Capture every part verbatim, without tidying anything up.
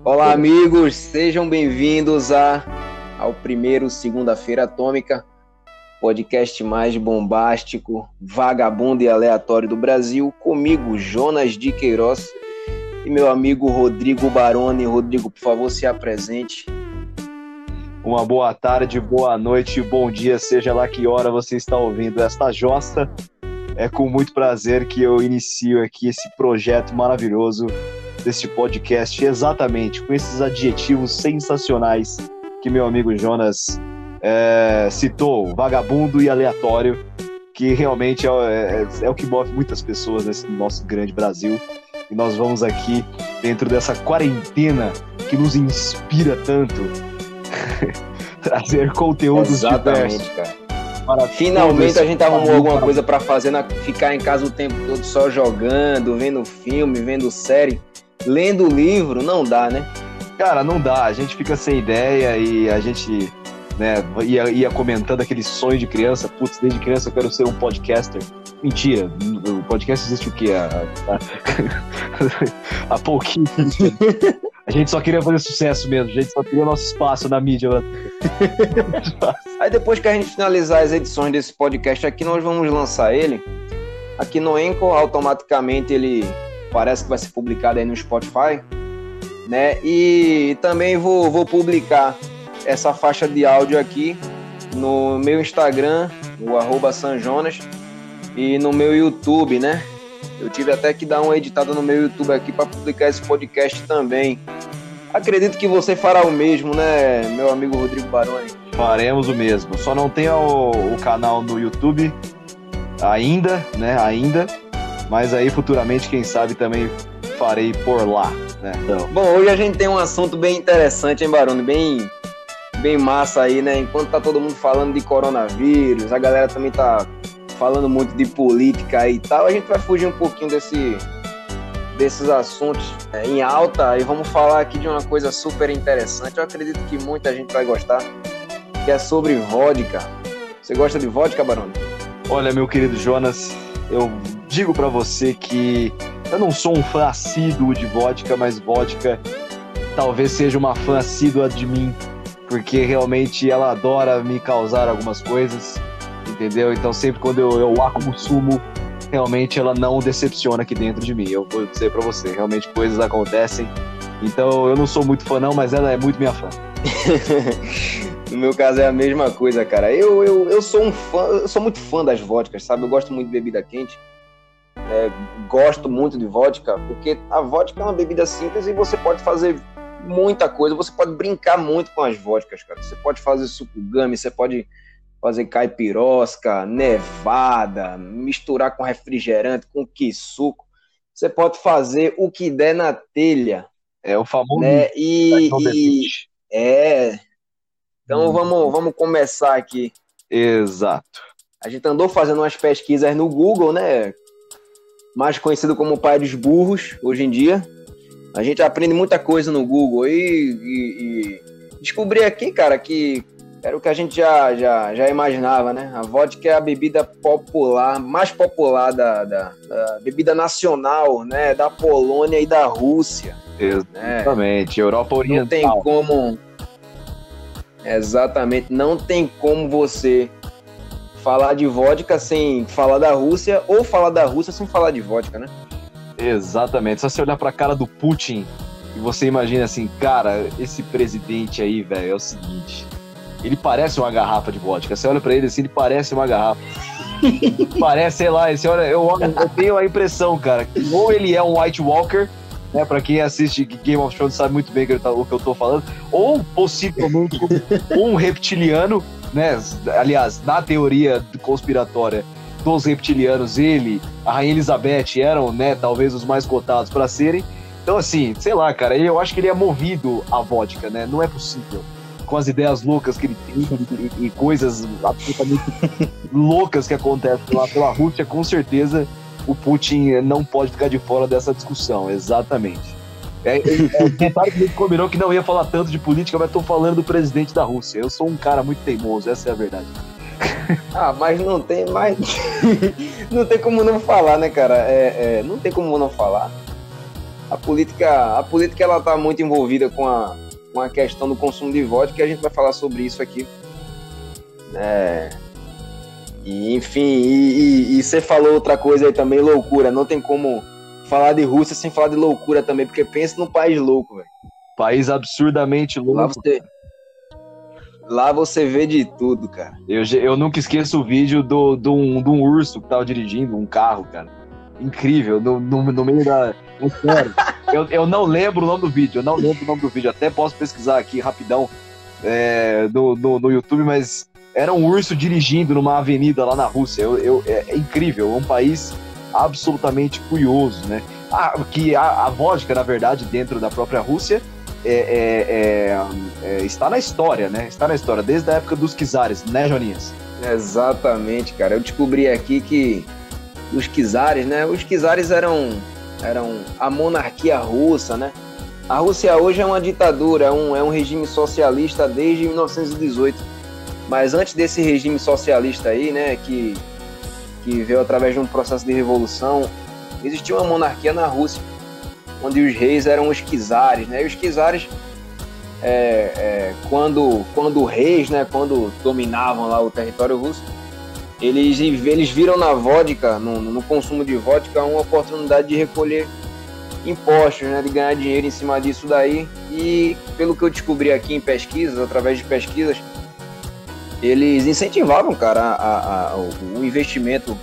Olá, amigos, sejam bem-vindos a, ao primeiro Segunda-feira Atômica, podcast mais bombástico, vagabundo e aleatório do Brasil, comigo, Jonas de Queiroz, e meu amigo Rodrigo Baroni. Rodrigo, por favor, se apresente. Uma boa tarde, boa noite, bom dia, seja lá que hora você está ouvindo esta jossa. É com muito prazer que eu inicio aqui esse projeto maravilhoso deste podcast, exatamente com esses adjetivos sensacionais que meu amigo Jonas é, citou, vagabundo e aleatório, que realmente é, é, é o que move muitas pessoas nesse nosso grande Brasil. E nós vamos aqui, dentro dessa quarentena que nos inspira tanto, trazer conteúdos Exatamente, diversos. Cara. Finalmente a gente arrumou alguma coisa para fazer, na, ficar em casa o tempo todo só jogando, vendo filme, vendo série. Lendo livro, não dá, né? Cara, não dá. A gente fica sem ideia e a gente, né, ia, ia comentando aquele sonho de criança. Putz, desde criança eu quero ser um podcaster. Mentira. O podcast existe o quê? Há, há, há pouquinho. A gente só queria fazer sucesso mesmo. A gente só queria nosso espaço na mídia. Aí depois que a gente finalizar as edições desse podcast aqui, nós vamos lançar ele. Aqui no Anchor, automaticamente ele... parece que vai ser publicado aí no Spotify, né? E também vou, vou publicar essa faixa de áudio aqui no meu Instagram, o arroba sanjonas, e no meu YouTube, né? Eu tive até que dar uma editada no meu YouTube aqui para publicar esse podcast também. Acredito que você fará o mesmo, né, meu amigo Rodrigo Baroni? Faremos o mesmo. Só não tem o, o canal no YouTube ainda, né? Ainda. Mas aí, futuramente, quem sabe, também farei por lá, né? Então. Bom, hoje a gente tem um assunto bem interessante, hein, Baroni? Bem, bem massa aí, né? Enquanto tá todo mundo falando de coronavírus, a galera também tá falando muito de política aí e tal, a gente vai fugir um pouquinho desse, desses assuntos é, em alta e vamos falar aqui de uma coisa super interessante. Eu acredito que muita gente vai gostar, que é sobre vodka. Você gosta de vodka, Baroni? Olha, meu querido Jonas, eu... digo pra você que eu não sou um fã assíduo de vodka, mas vodka talvez seja uma fã assídua de mim, porque realmente ela adora me causar algumas coisas, entendeu? Então sempre quando eu, eu a consumo, realmente ela não decepciona aqui dentro de mim. Eu vou dizer pra você, realmente coisas acontecem. Então eu não sou muito fã não, mas ela é muito minha fã. No meu caso é a mesma coisa, cara. Eu, eu, eu sou um fã, eu sou muito fã das vodkas, sabe? Eu gosto muito de bebida quente. É, gosto muito de vodka, porque a vodka é uma bebida simples e você pode fazer muita coisa, você pode brincar muito com as vodkas, cara. Você pode fazer sucugame, você pode fazer caipirosca, nevada, misturar com refrigerante, com quisuco. Você pode fazer o que der na telha. É o famoso... né? E, e é... Então hum. vamos, vamos começar aqui. Exato. A gente andou fazendo umas pesquisas no Google, né? Mais conhecido como pai dos burros, hoje em dia. A gente aprende muita coisa no Google e, e, e descobri aqui, cara, que era o que a gente já, já, já imaginava, né? A vodka é a bebida popular, mais popular da, da, da bebida nacional, né? Da Polônia e da Rússia. Exatamente, né? Europa Oriental. Não tem como... Exatamente, não tem como você... falar de vodka sem falar da Rússia, ou falar da Rússia sem falar de vodka, né? Exatamente. Só você olhar pra cara do Putin e você imagina assim, cara, esse presidente aí, velho, é o seguinte, ele parece uma garrafa de vodka. Você olha pra ele assim, ele parece uma garrafa. Parece, sei lá, você olha, eu, eu tenho a impressão, cara, que ou ele é um White Walker, né, pra quem assiste Game of Thrones sabe muito bem o que eu tô falando, ou possivelmente um reptiliano, né? Aliás, na teoria conspiratória dos reptilianos, ele, a Rainha Elizabeth eram, né, talvez os mais cotados para serem. Então, assim, sei lá, cara, eu acho que ele é movido à vodka, né? Não é possível. Com as ideias loucas que ele tem e, e coisas absolutamente loucas que acontecem lá pela Rússia, com certeza o Putin não pode ficar de fora dessa discussão, exatamente. É, é, é claro que a gente combinou que não ia falar tanto de política, mas tô falando do presidente da Rússia. Eu sou um cara muito teimoso, essa é a verdade. Ah, mas não tem mais. Não tem como não falar, né, cara? É, é, não tem como não falar. a política, a política ela tá muito envolvida com a, com a questão do consumo de vodka, e a gente vai falar sobre isso aqui. É, e, enfim, e, e, e você falou outra coisa aí também, loucura. Não tem como falar de Rússia sem falar de loucura também, porque pensa num país louco, velho. País absurdamente louco. Lá você, lá você vê de tudo, cara. Eu, eu nunca esqueço o vídeo do, do, um, do um urso que tava dirigindo um carro, cara. Incrível, no, no, no meio da... Sério, eu, eu não lembro o nome do vídeo, eu não lembro o nome do vídeo, até posso pesquisar aqui rapidão é, no, no, no YouTube, mas era um urso dirigindo numa avenida lá na Rússia. Eu, eu, é, é incrível, é um país absolutamente curioso, né? Ah, que a, a vodka, na verdade, dentro da própria Rússia, é, é, é, é, está na história, né? Está na história, desde a época dos czares, né, Joninhas? Exatamente, cara. Eu descobri aqui que os czares, né? Os czares eram, eram a monarquia russa, né? A Rússia hoje é uma ditadura, é um, é um regime socialista desde mil novecentos e dezoito. Mas antes desse regime socialista aí, né, que, que veio através de um processo de revolução, existia uma monarquia na Rússia, onde os reis eram os czares, né? E os czares, é, é, quando, quando reis, né, quando dominavam lá o território russo, eles, eles viram na vodka, no, no consumo de vodka, uma oportunidade de recolher impostos, né, de ganhar dinheiro em cima disso daí. E pelo que eu descobri aqui em pesquisas, através de pesquisas, eles incentivavam, cara, a, a, a, o investimento,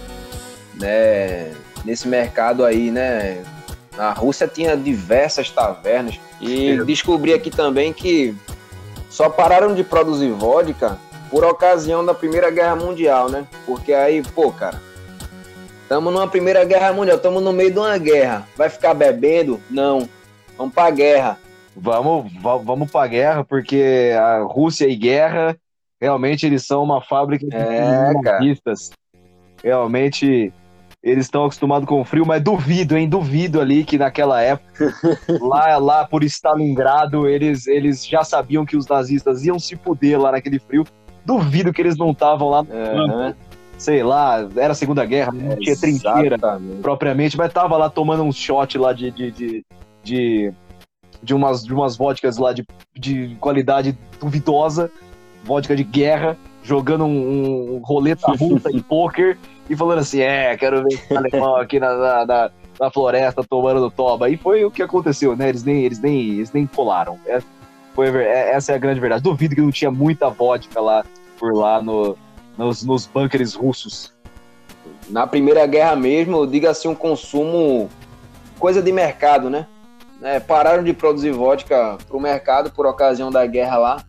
né, nesse mercado aí, né? A Rússia tinha diversas tavernas. E é. descobri aqui também que só pararam de produzir vodka por ocasião da Primeira Guerra Mundial, né? Porque aí, pô, cara, estamos numa Primeira Guerra Mundial, estamos no meio de uma guerra. Vai ficar bebendo? Não. Vamos pra guerra. Vamos, vamos pra guerra, porque a Rússia e guerra, realmente eles são uma fábrica de é, nazistas. Realmente, eles estão acostumados com o frio, mas duvido, hein? Duvido ali que naquela época, lá, lá por Stalingrado, eles, eles já sabiam que os nazistas iam se fuder lá naquele frio. Duvido que eles não estavam lá no uhum. campo, sei lá, era a Segunda Guerra, não tinha trincheira propriamente, mas tava lá tomando um shot lá de de, de, de, de, umas, de umas vodkas lá de, de qualidade duvidosa, vodka de guerra, jogando um, um roleta russa em pôquer e falando assim, é, quero ver esse alemão aqui na, na, na, na floresta tomando no toba. E foi o que aconteceu, né? Eles nem, eles nem, eles nem colaram. É, foi, é, essa é a grande verdade. Duvido que não tinha muita vodka lá por lá no, nos, nos bunkers russos. Na Primeira Guerra mesmo, eu digo assim, um consumo, coisa de mercado, né? É, pararam de produzir vodka para o mercado por ocasião da guerra lá.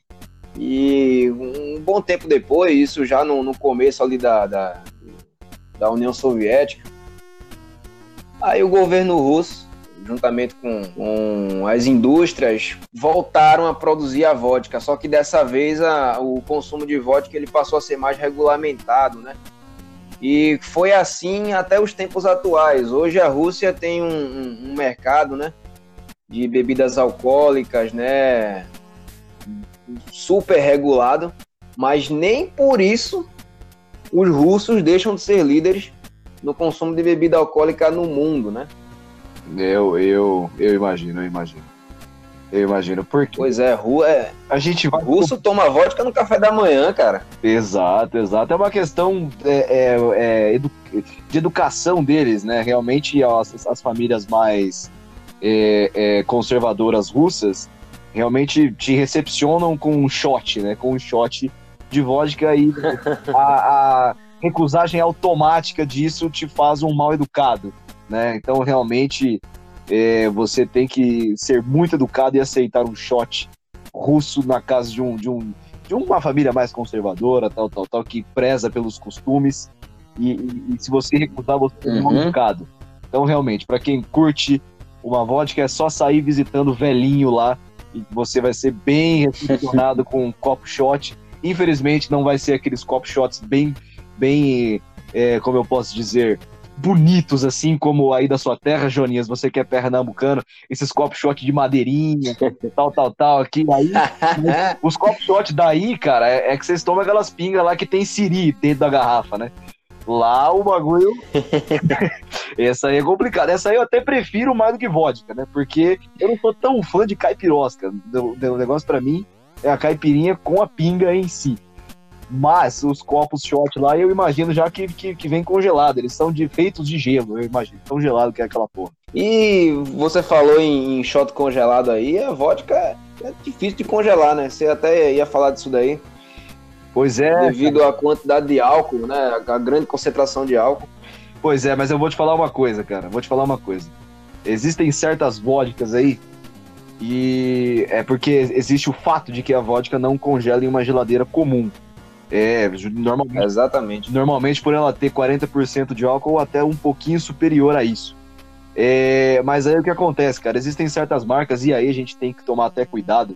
E um bom tempo depois, isso já no, no começo ali da, da, da União Soviética, aí o governo russo, juntamente com, com as indústrias, voltaram a produzir a vodka, só que dessa vez a, o consumo de vodka ele passou a ser mais regulamentado, né? E foi assim até os tempos atuais. Hoje a Rússia tem um, um, um mercado, né, de bebidas alcoólicas, né, super regulado, mas nem por isso os russos deixam de ser líderes no consumo de bebida alcoólica no mundo, né? Eu, eu, eu imagino, eu imagino. Eu imagino, porque... Pois é, rua é... a gente vai... russo toma vodka no café da manhã, cara. Exato, exato. É uma questão é, é, é, edu... de educação deles, né? Realmente as, as famílias mais é, é, conservadoras russas realmente te recepcionam com um shot, né? Com um shot de vodka e a, a recusagem automática disso te faz um mal educado, né? Então, realmente, é, você tem que ser muito educado e aceitar um shot russo na casa de, um, de, um, de uma família mais conservadora, tal, tal, tal, que preza pelos costumes. E, e, e se você recusar, você é mal educado. Então, realmente, para quem curte uma vodka, é só sair visitando o velhinho lá e você vai ser bem recepcionado com um copo shot. Infelizmente, não vai ser aqueles copo shots bem, bem é, como eu posso dizer, bonitos, assim como aí da sua terra, Joninhas, você que é pernambucano, esses copo shot de madeirinha, tal, tal, tal, aqui, aí, os copo shot daí, cara, é, é que vocês tomam aquelas pingas lá que tem siri dentro da garrafa, né? Lá o bagulho... Essa aí é complicada. Essa aí eu até prefiro mais do que vodka, né? Porque eu não sou tão fã de caipirosca. O negócio pra mim é a caipirinha com a pinga em si. Mas os copos shot lá, eu imagino já que, que, que vem congelado. Eles são de, feitos de gelo, eu imagino. Tão gelado que é aquela porra. E você falou em, em shot congelado aí, a vodka é, é difícil de congelar, né? Você até ia falar disso daí. Pois é. Devido à quantidade de álcool, né? A grande concentração de álcool. Pois é, mas eu vou te falar uma coisa, cara. Vou te falar uma coisa. Existem certas vodkas aí, e é porque existe o fato de que a vodka não congela em uma geladeira comum. É, normalmente, exatamente. Normalmente por ela ter quarenta por cento de álcool ou até um pouquinho superior a isso. É, mas aí o que acontece, cara? Existem certas marcas, e aí a gente tem que tomar até cuidado,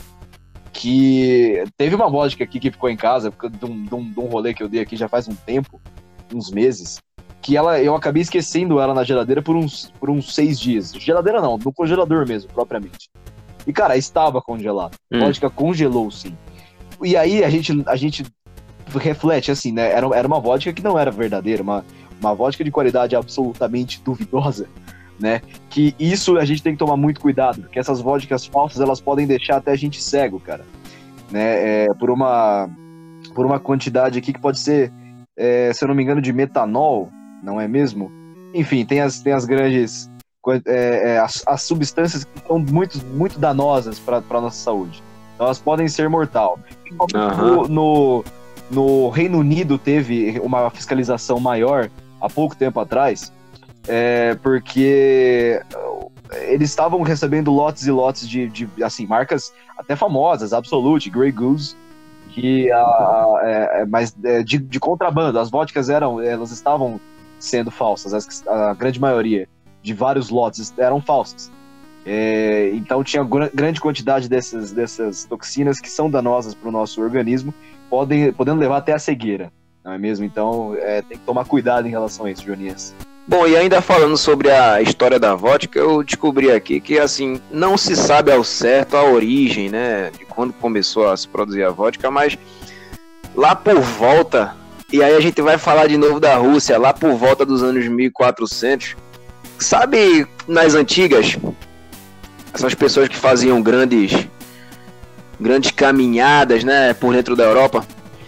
que teve uma vodka aqui que ficou em casa, de um, de, um, de um rolê que eu dei aqui já faz um tempo, uns meses, que ela, eu acabei esquecendo ela na geladeira por uns, por uns seis dias. Geladeira não, no congelador mesmo, propriamente. E, cara, estava congelado. A hum. vodka congelou, sim. E aí a gente, a gente reflete, assim, né? Era, era uma vodka que não era verdadeira, uma, uma vodka de qualidade absolutamente duvidosa, né? Que isso a gente tem que tomar muito cuidado, porque essas vodkas falsas, elas podem deixar até a gente cego, cara. Né? É, por, uma, por uma quantidade aqui que pode ser, é, se eu não me engano, de metanol, não é mesmo? Enfim, tem as, tem as grandes... É, é, as, as substâncias que são muito, muito danosas para a nossa saúde. Então elas podem ser mortal. Uhum. No, no, no Reino Unido teve uma fiscalização maior há pouco tempo atrás, é, porque eles estavam recebendo lotes e lotes de, de assim, marcas até famosas, Absolute, Grey Goose, que a, a, é, mas é, de, de contrabando. As vodkas eram, elas estavam sendo falsas, as, a grande maioria de vários lotes eram falsas. É, então tinha gr- grande quantidade dessas, dessas toxinas que são danosas para o nosso organismo, podem, podendo levar até a cegueira, não é mesmo? Então é, tem que tomar cuidado em relação a isso, Jonias. Bom, e ainda falando sobre a história da vodka, eu descobri aqui que, assim, não se sabe ao certo a origem, né, de quando começou a se produzir a vodka, mas lá por volta, e aí a gente vai falar de novo da Rússia, lá por volta dos anos mil e quatrocentos, sabe, nas antigas, essas pessoas que faziam grandes, grandes caminhadas, né, por dentro da Europa?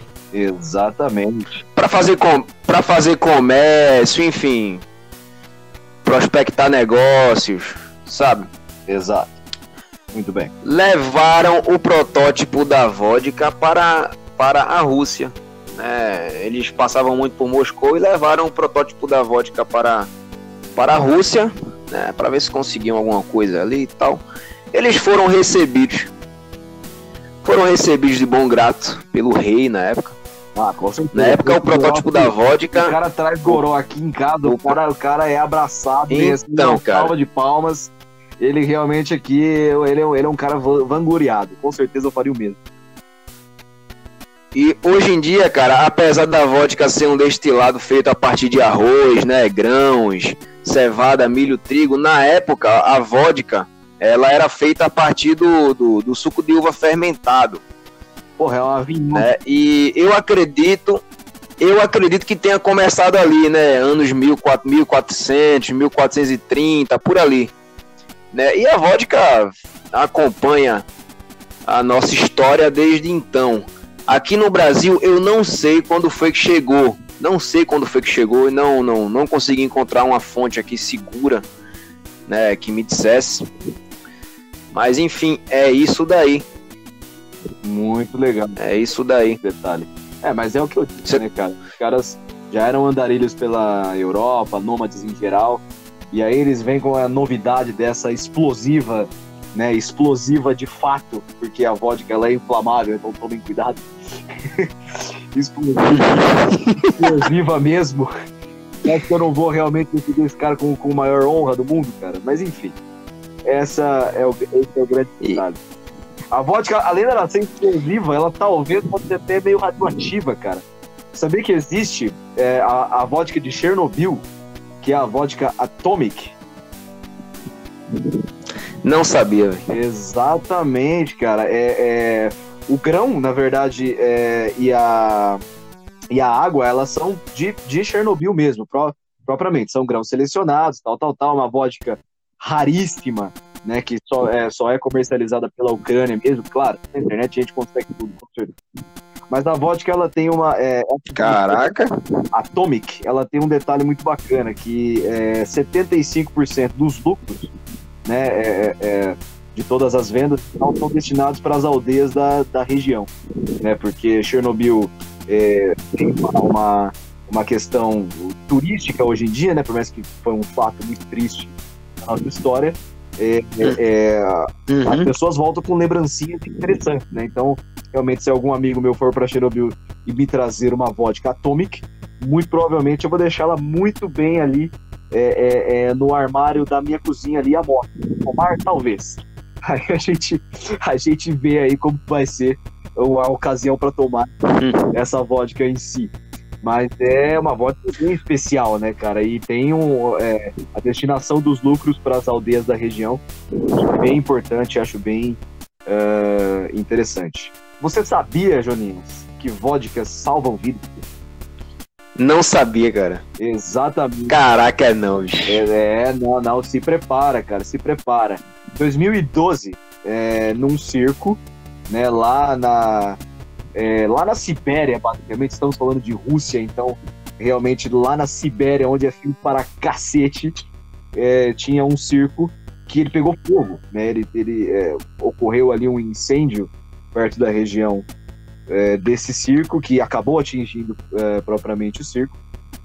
Exatamente. Para fazer, com, para fazer comércio, enfim, prospectar negócios, sabe? Exato. Muito bem. Levaram o protótipo da vodka para, para a Rússia. Né? Eles passavam muito por Moscou e levaram o protótipo da vodka para, para a Rússia, né? Para ver se conseguiam alguma coisa ali e tal. Eles foram recebidos. Foram recebidos de bom grato pelo rei na época. Ah, com certeza. Na época, o protótipo da vodka... O cara traz goró aqui em casa, o cara, o cara é abraçado, então, assim, salva de palmas. Ele realmente aqui, ele é, ele é um cara vangloriado. Com certeza eu faria o mesmo. E hoje em dia, cara, apesar da vodka ser um destilado feito a partir de arroz, né, grãos, cevada, milho, trigo, na época, a vodka, ela era feita a partir do, do, do suco de uva fermentado. Porra, é uma vinha. Né? E eu acredito, eu acredito que tenha começado ali, né? Anos mil e quatrocentos, mil quatrocentos e trinta, por ali. Né? E a vodka acompanha a nossa história desde então. Aqui no Brasil, eu não sei quando foi que chegou. Não sei quando foi que chegou e não, não, não consegui encontrar uma fonte aqui segura, né, que me dissesse. Mas, enfim, é isso daí. Muito legal. É isso daí. Detalhe. É, mas é o que eu disse, Cê... né, cara? Os caras já eram andarilhos pela Europa, nômades em geral, e aí eles vêm com a novidade dessa explosiva, né, explosiva de fato, porque a vodka, ela é inflamável, então tomem cuidado. Explosiva. Explosiva mesmo. Acho que eu não vou realmente decidir esse cara com, com a maior honra do mundo, cara. Mas enfim, essa é o, esse é o grande detalhe. E... A vodka, além dela ser explosiva, ela talvez pode ser até meio radioativa, cara. Sabia que existe é, a, a vodka de Chernobyl, que é a vodka Atomic? Não sabia, velho. Exatamente, cara. É, é, o grão, na verdade, é, e, a, E a água, elas são de, de Chernobyl mesmo, pro, propriamente. São grãos selecionados, tal, tal, tal. Uma vodka raríssima, né? Que só é, só é comercializada pela Ucrânia mesmo. Claro, na internet a gente consegue tudo, com certeza. Mas a vodka, ela tem uma... É, Caraca! Atomic, ela tem um detalhe muito bacana, que é, setenta e cinco por cento dos lucros, né, é, é, de todas as vendas são destinados para as aldeias da, da região, né, porque Chernobyl é, tem uma, uma, uma questão turística hoje em dia, né, por mais que foi um fato muito triste na nossa história, é, é, é, uhum. As pessoas voltam com lembrancinhas interessantes, né, então realmente se algum amigo meu for para Chernobyl e me trazer uma vodka Atomic, muito provavelmente eu vou deixá-la muito bem ali é, é, é, no armário da minha cozinha ali a moto. Tomar, talvez. Aí a gente, a gente vê aí como vai ser a ocasião para tomar essa vodka em si. Mas é uma vodka bem especial, né, cara? E tem um, é, a destinação dos lucros para as aldeias da região, bem importante, acho bem uh, interessante. Você sabia, Joninhas, que vodkas salvam vidas? Não sabia, cara. Exatamente. Caraca, não, bicho. É, é, não, não, se prepara, cara, se prepara. Em dois mil e doze, é, num circo, né, lá na, é, lá na Sibéria, basicamente, estamos falando de Rússia, então, realmente, lá na Sibéria, onde é frio para cacete, é, tinha um circo que ele pegou fogo, né, ele, ele é, ocorreu ali um incêndio perto da região é, desse circo, que acabou atingindo é, propriamente o circo.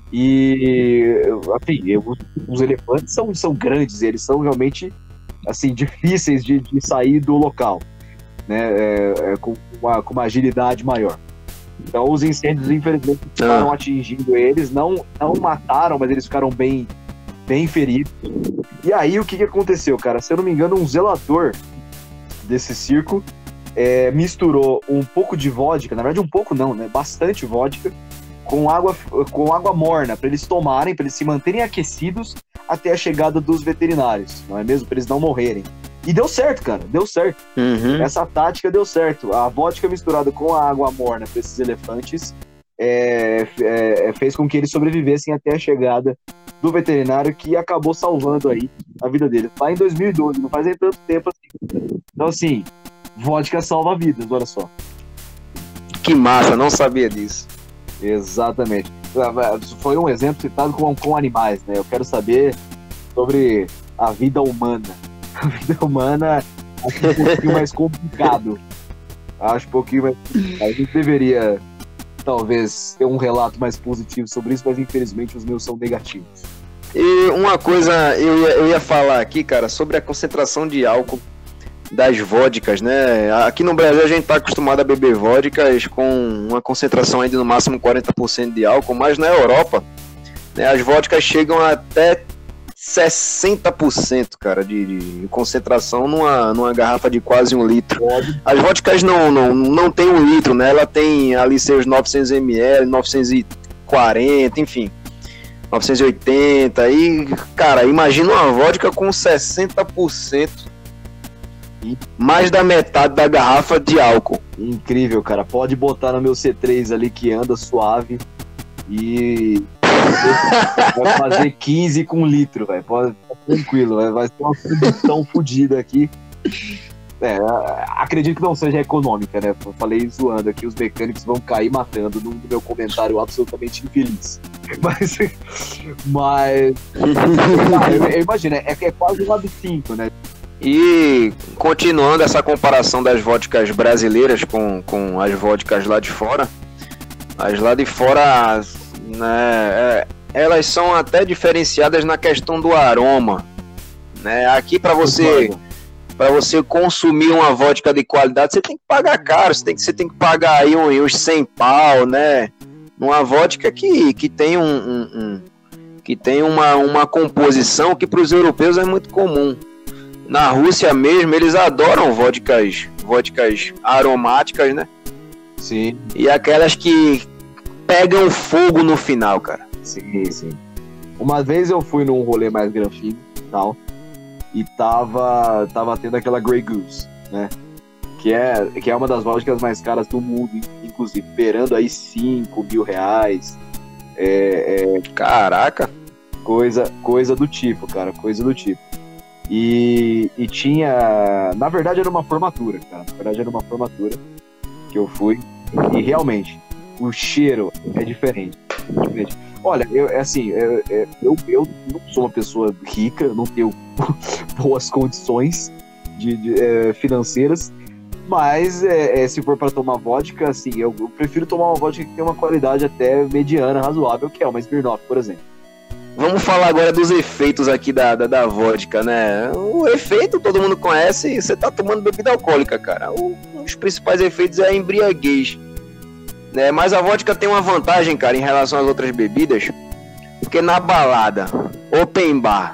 E, assim, os, os elefantes são, são grandes, eles são realmente, assim, difíceis de, de sair do local, né, é, é, com, uma, com uma agilidade maior. Então, os incêndios, infelizmente, ficaram atingindo eles, não, não mataram, mas eles ficaram bem, bem feridos. E aí, o que, que aconteceu, cara? Se eu não me engano, um zelador desse circo É, misturou um pouco de vodka, na verdade um pouco não, né? Bastante vodka, com água, com água morna, para eles tomarem, para eles se manterem aquecidos até a chegada dos veterinários, não é mesmo? Para eles não morrerem. E deu certo, cara, deu certo. Uhum. Essa tática deu certo. A vodka misturada com a água morna para esses elefantes é, é, fez com que eles sobrevivessem até a chegada do veterinário, que acabou salvando aí a vida deles. Lá em dois mil e doze, não faz nem tanto tempo assim. Então, assim, vodka salva vidas, olha só. Que massa, não sabia disso. Exatamente. Foi um exemplo citado com, com animais, né? Eu quero saber sobre a vida humana. A vida humana acho um pouquinho mais complicado. Acho um pouquinho mais... A gente deveria, talvez, ter um relato mais positivo sobre isso, mas infelizmente os meus são negativos. E uma coisa eu ia, eu ia falar aqui, cara, sobre a concentração de álcool das vodkas, né? Aqui no Brasil a gente tá acostumado a beber vodkas com uma concentração aí de no máximo quarenta por cento de álcool, mas na Europa, né, as vodkas chegam até sessenta por cento, cara, de, de concentração numa, numa garrafa de quase um litro. As vodkas não, não, não tem um litro, né? Ela tem ali seus novecentos mililitros, novecentos e quarenta, enfim, novecentos e oitenta, e, cara, imagina uma vodka com sessenta por cento, mais da metade da garrafa de álcool. Incrível, cara. Pode botar no meu C três ali que anda suave e vai fazer quinze com litro, velho. Pode ficar tranquilo, véio. Vai ser uma produção fodida aqui. É, acredito que não seja econômica, né? Eu falei zoando aqui, os mecânicos vão cair matando no meu comentário absolutamente infeliz. Mas, mas ah, eu, eu imagino, é, é quase um absinto, né? E continuando essa comparação das vodkas brasileiras com, com as vodkas lá de fora, as lá de fora, né, elas são até diferenciadas na questão do aroma, né? Aqui para você para você consumir uma vodka de qualidade, você tem que pagar caro, você tem que, você tem que pagar aí uns, uns cem pau, né? Numa vodka que, que tem um, um, um que tem uma, uma composição que para os europeus é muito comum. Na Rússia mesmo, eles adoram vodkas, vodkas aromáticas, né? Sim. E aquelas que pegam fogo no final, cara. Sim, sim. Uma vez eu fui num rolê mais granfino e tal, e tava, tava tendo aquela Grey Goose, né? Que é, que é uma das vodkas mais caras do mundo, inclusive, beirando aí cinco mil reais. É, é, Caraca! coisa, coisa do tipo, cara, coisa do tipo. E, e tinha... Na verdade, era uma formatura, cara. Na verdade, era uma formatura que eu fui. E realmente, o cheiro é diferente. É diferente. Olha, eu, assim, eu, eu, eu não sou uma pessoa rica, não tenho boas condições de, de, é, financeiras, mas é, é, se for para tomar vodka, assim, eu, eu prefiro tomar uma vodka que tem uma qualidade até mediana, razoável, que é uma Smirnoff, por exemplo. Vamos falar agora dos efeitos aqui da, da, da vodka, né? O efeito todo mundo conhece, você tá tomando bebida alcoólica, cara. O, um dos principais efeitos é a embriaguez. Né? Mas a vodka tem uma vantagem, cara, em relação às outras bebidas, porque na balada, open bar,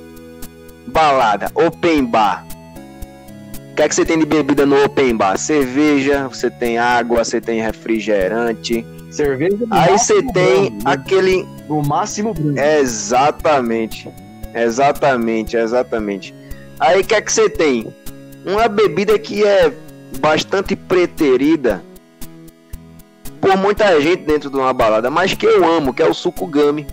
balada, open bar, o que é que você tem de bebida no open bar? Cerveja, você tem água, você tem refrigerante. Cerveja. Aí você tem branco, aquele... No máximo branco. Exatamente. Exatamente, exatamente. Aí o que é que você tem? Uma bebida que é bastante preterida por muita gente dentro de uma balada, mas que eu amo, que é o suco gummy.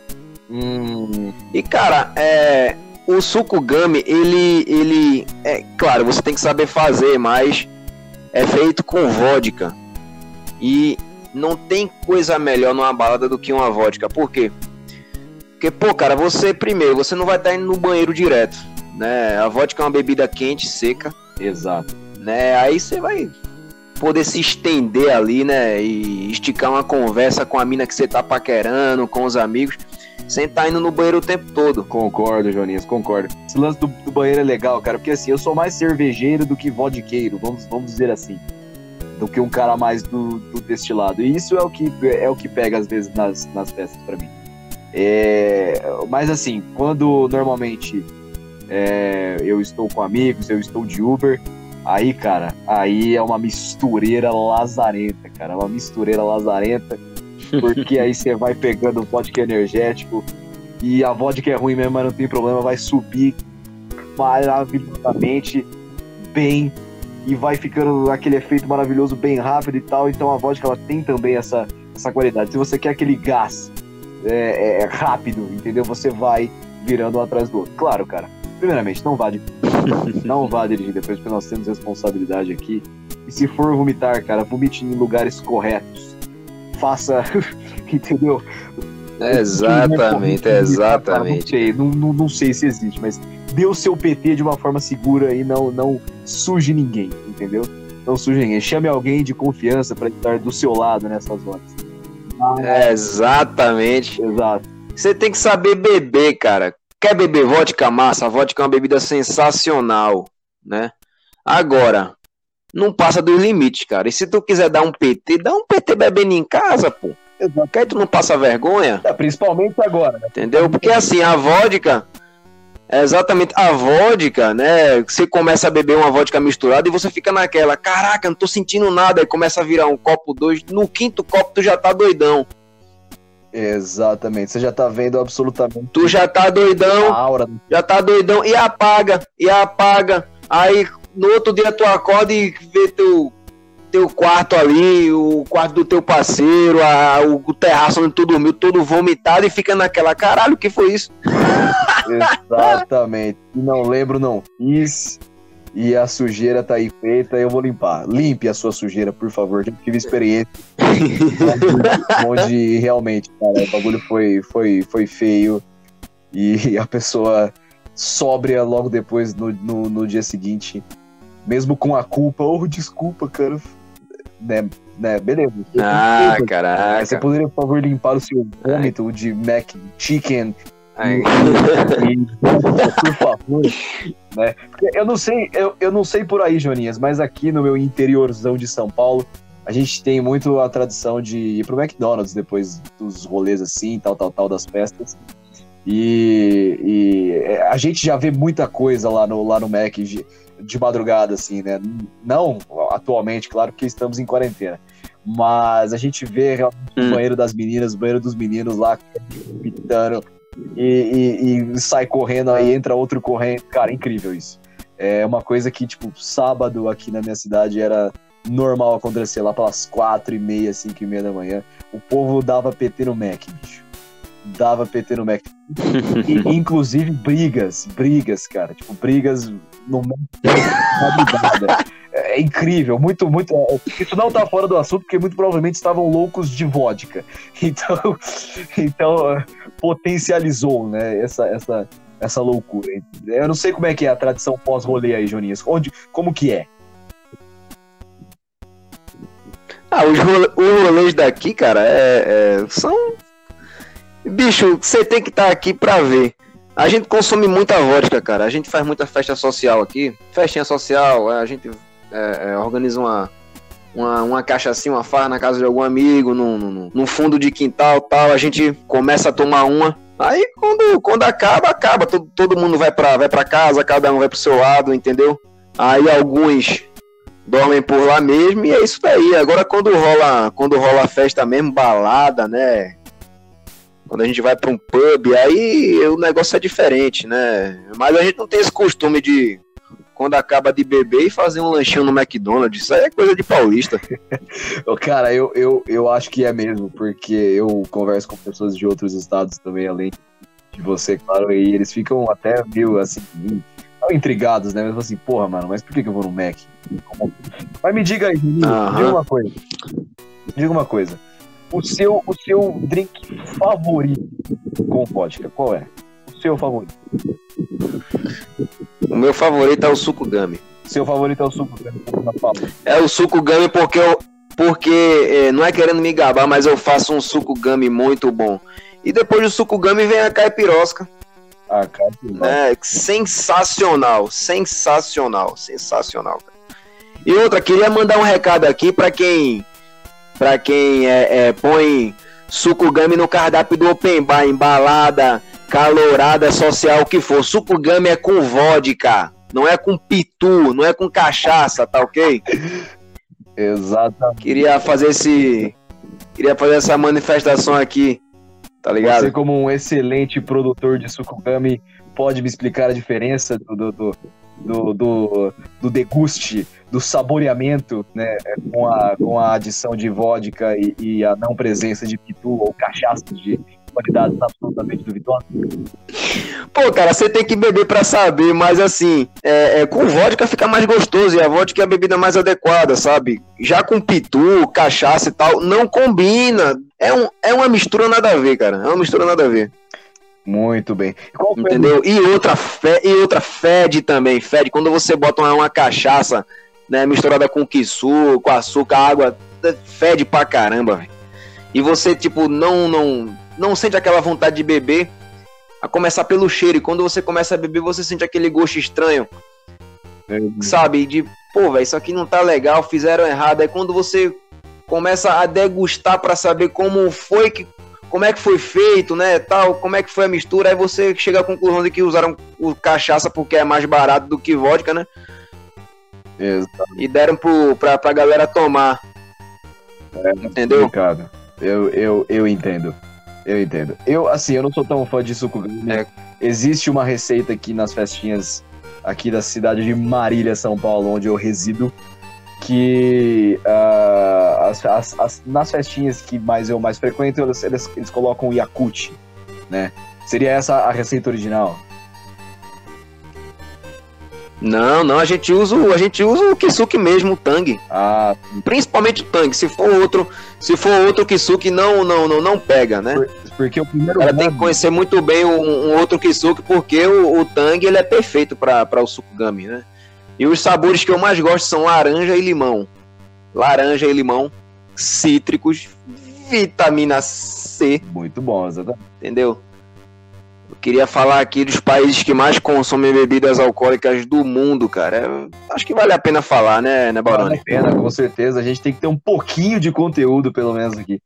Hum. E cara, é... o suco gummy, ele... ele é claro, você tem que saber fazer, mas é feito com vodka. E não tem coisa melhor numa balada do que uma vodka. Por quê? Porque, pô, cara, você, primeiro, você não vai estar indo no banheiro direto, né? A vodka é uma bebida quente, seca. Exato. Né? Aí você vai poder se estender ali, né? E esticar uma conversa com a mina que você tá paquerando, com os amigos, sem estar indo no banheiro o tempo todo. Concordo, Joninhas, concordo. Esse lance do, do banheiro é legal, cara, porque assim, eu sou mais cervejeiro do que vodqueiro, vamos, vamos dizer assim. Do que um cara mais do, do destilado. E isso é o que, é o que pega às vezes nas, nas festas pra mim. É, mas assim, quando normalmente é, eu estou com amigos, eu estou de Uber, aí, cara, aí é uma mistureira lazarenta, cara, uma mistureira lazarenta, porque aí você vai pegando vodka energético e a vodka é ruim mesmo, mas não tem problema, vai subir maravilhosamente bem e vai ficando aquele efeito maravilhoso bem rápido e tal. Então a vodka, ela tem também essa, essa qualidade. Se você quer aquele gás é, é, rápido, entendeu? Você vai virando um atrás do outro. Claro, cara, primeiramente, não vá dirigir. Não vá dirigir depois, porque nós temos responsabilidade aqui. E se for vomitar, cara, vomite em lugares corretos. Faça, entendeu? Exatamente, exatamente. Não, não, não sei se existe, mas dê o seu P T de uma forma segura e não, não suje ninguém, entendeu? Não suje ninguém. Chame alguém de confiança para estar do seu lado nessas horas. Ah, exatamente. Exato. Você tem que saber beber, cara. Quer beber vodka massa? A vodka é uma bebida sensacional, né? Agora, não passa dos limites, cara. E se tu quiser dar um P T, dá um P T bebendo em casa, pô. Porque aí tu não passa vergonha. É, principalmente agora, né? Entendeu? Porque assim, a vodka... É exatamente, a vodka, né? Você começa a beber uma vodka misturada e você fica naquela, caraca, não tô sentindo nada. Aí começa a virar um copo, dois. No quinto copo tu já tá doidão. Exatamente, você já tá vendo absolutamente. Tu já tá doidão, a aura. Já tá doidão e apaga, e apaga. Aí no outro dia tu acorda e vê teu, teu quarto ali, o quarto do teu parceiro, a, o, o terraço onde tu dormiu, todo vomitado e fica naquela, caralho, o que foi isso? Exatamente. E não lembro, não fiz. E a sujeira tá aí feita, eu vou limpar. Limpe a sua sujeira, por favor. Já tive experiência onde, onde realmente, cara, o bagulho foi, foi, foi feio. E a pessoa sóbria logo depois, no, no, no dia seguinte, mesmo com a culpa. Oh, desculpa, cara. Né, né, beleza. Ah, caraca. Você poderia, por favor, limpar o seu vômito de Mac Chicken. Ai. E, e, por favor, né? Eu não sei, eu, eu não sei por aí, Joninhas, mas aqui no meu interiorzão de São Paulo, a gente tem muito a tradição de ir pro McDonald's depois dos rolês assim, tal, tal, tal, das festas. E, e a gente já vê muita coisa lá no, lá no Mac de, de madrugada, assim, né? Não atualmente, claro, porque estamos em quarentena. Mas a gente vê realmente hum. o banheiro das meninas, o banheiro dos meninos lá, pitando. E, e, e sai correndo, aí entra outro correndo. Cara, incrível isso. É uma coisa que, tipo, sábado aqui na minha cidade era, normal acontecer lá pelas quatro e meia, cinco e meia da manhã. O povo dava P T no Mac, bicho. Dava P T no Mac. E, inclusive brigas, brigas, cara. Tipo, brigas no Mac. É incrível, muito, muito. Isso não tá fora do assunto, porque muito provavelmente estavam loucos de vodka. Então, então potencializou, né, essa, essa, essa loucura. Eu não sei como é que é a tradição pós-rolê aí, Joninhas. Onde, como que é? Ah, os, role, os rolês daqui, cara, é, é, são... Bicho, você tem que estar tá aqui pra ver. A gente consome muita vodka, cara. A gente faz muita festa social aqui. Festinha social, a gente é, é, organiza uma, uma, uma cachaçinha, uma farra na casa de algum amigo, no, no, no fundo de quintal e tal. A gente começa a tomar uma. Aí, quando, quando acaba, acaba. Todo, todo mundo vai pra, vai pra casa, cada um vai pro seu lado, entendeu? Aí alguns... dormem por lá mesmo e é isso daí. Agora quando rola, quando rola festa mesmo, balada, né? Quando a gente vai pra um pub, aí o negócio é diferente, né? Mas a gente não tem esse costume de, quando acaba de beber, e fazer um lanchinho no McDonald's. Isso aí é coisa de paulista. Cara, eu, eu, eu acho que é mesmo, porque eu converso com pessoas de outros estados também, além de você, claro, e eles ficam até meio assim... intrigados, né? Mas assim, porra, mano, mas por que, que eu vou no Mac? Mas me diga aí, me diga uma coisa. Me diga uma coisa. O seu, o seu drink favorito com vodka, qual é? O seu favorito? O meu favorito é o suco gummy. Seu favorito é o suco gummy? É o suco gummy porque eu, porque é, não é querendo me gabar, mas eu faço um suco gummy muito bom. E depois do suco gummy vem a caipirosca. Ah, é, sensacional, sensacional, sensacional. E outra, queria mandar um recado aqui para quem, para quem é, é, põe suco gummy no cardápio do open bar, embalada, calorada, social, o que for. Suco gummy é com vodka, não é com pitu, não é com cachaça, tá ok? Exatamente. Queria fazer esse, queria fazer essa manifestação aqui. Tá ligado? Você, como um excelente produtor de suco gummy, pode me explicar a diferença do, do, do, do, do, do deguste, do saboreamento, né, com a, com a adição de vodka e, e a não presença de pitu ou cachaça de qualidades absolutamente duvidosas? Pô, cara, você tem que beber pra saber, mas assim, é, é, com vodka fica mais gostoso, e a vodka é a bebida mais adequada, sabe? Já com pitu, cachaça e tal, não combina. É, um, é uma mistura nada a ver, cara. É uma mistura nada a ver. Muito bem. Qual Entendeu? Foi? E outra, fe, e outra fede também, fede. Quando você bota uma, uma cachaça, né, misturada com quiçu, com açúcar, água, fede pra caramba, velho. E você, tipo, não, não, não sente aquela vontade de beber, a começar pelo cheiro. E quando você começa a beber, você sente aquele gosto estranho. É. Sabe? De, pô, velho, isso aqui não tá legal, fizeram errado. Aí quando você começa a degustar para saber como foi que, como é que foi feito, né, tal, como é que foi a mistura, aí você chega à conclusão de que usaram o cachaça porque é mais barato do que vodka, né? Exato. E deram pro, pra, pra galera tomar. É, entendeu? Eu, eu, eu entendo. Eu entendo. Eu, assim, eu não sou tão fã de suco gummy. É. Existe uma receita aqui nas festinhas aqui da cidade de Marília, São Paulo, onde eu resido, que uh, as, as, as, nas festinhas que mais eu mais frequento, eles, eles, eles colocam Yakult, né? Seria essa a receita original? Não, não, a gente usa, a gente usa o Kisuke mesmo, o Tang. Ah, principalmente o Tang. Se for outro, se for outro Kisuke, não, não, não, não pega, né? Por, porque o primeiro ela tem que conhecer muito bem um, um outro Kisuke, porque o, o Tang ele é perfeito para o suco gummy, né? E os sabores que eu mais gosto são laranja e limão. Laranja e limão, cítricos, vitamina C. Muito bom, exatamente. Entendeu? Eu queria falar aqui dos países que mais consomem bebidas alcoólicas do mundo, cara. Eu acho que vale a pena falar, né, né, Baroni? Vale a pena, com certeza. A gente tem que ter um pouquinho de conteúdo, pelo menos, aqui.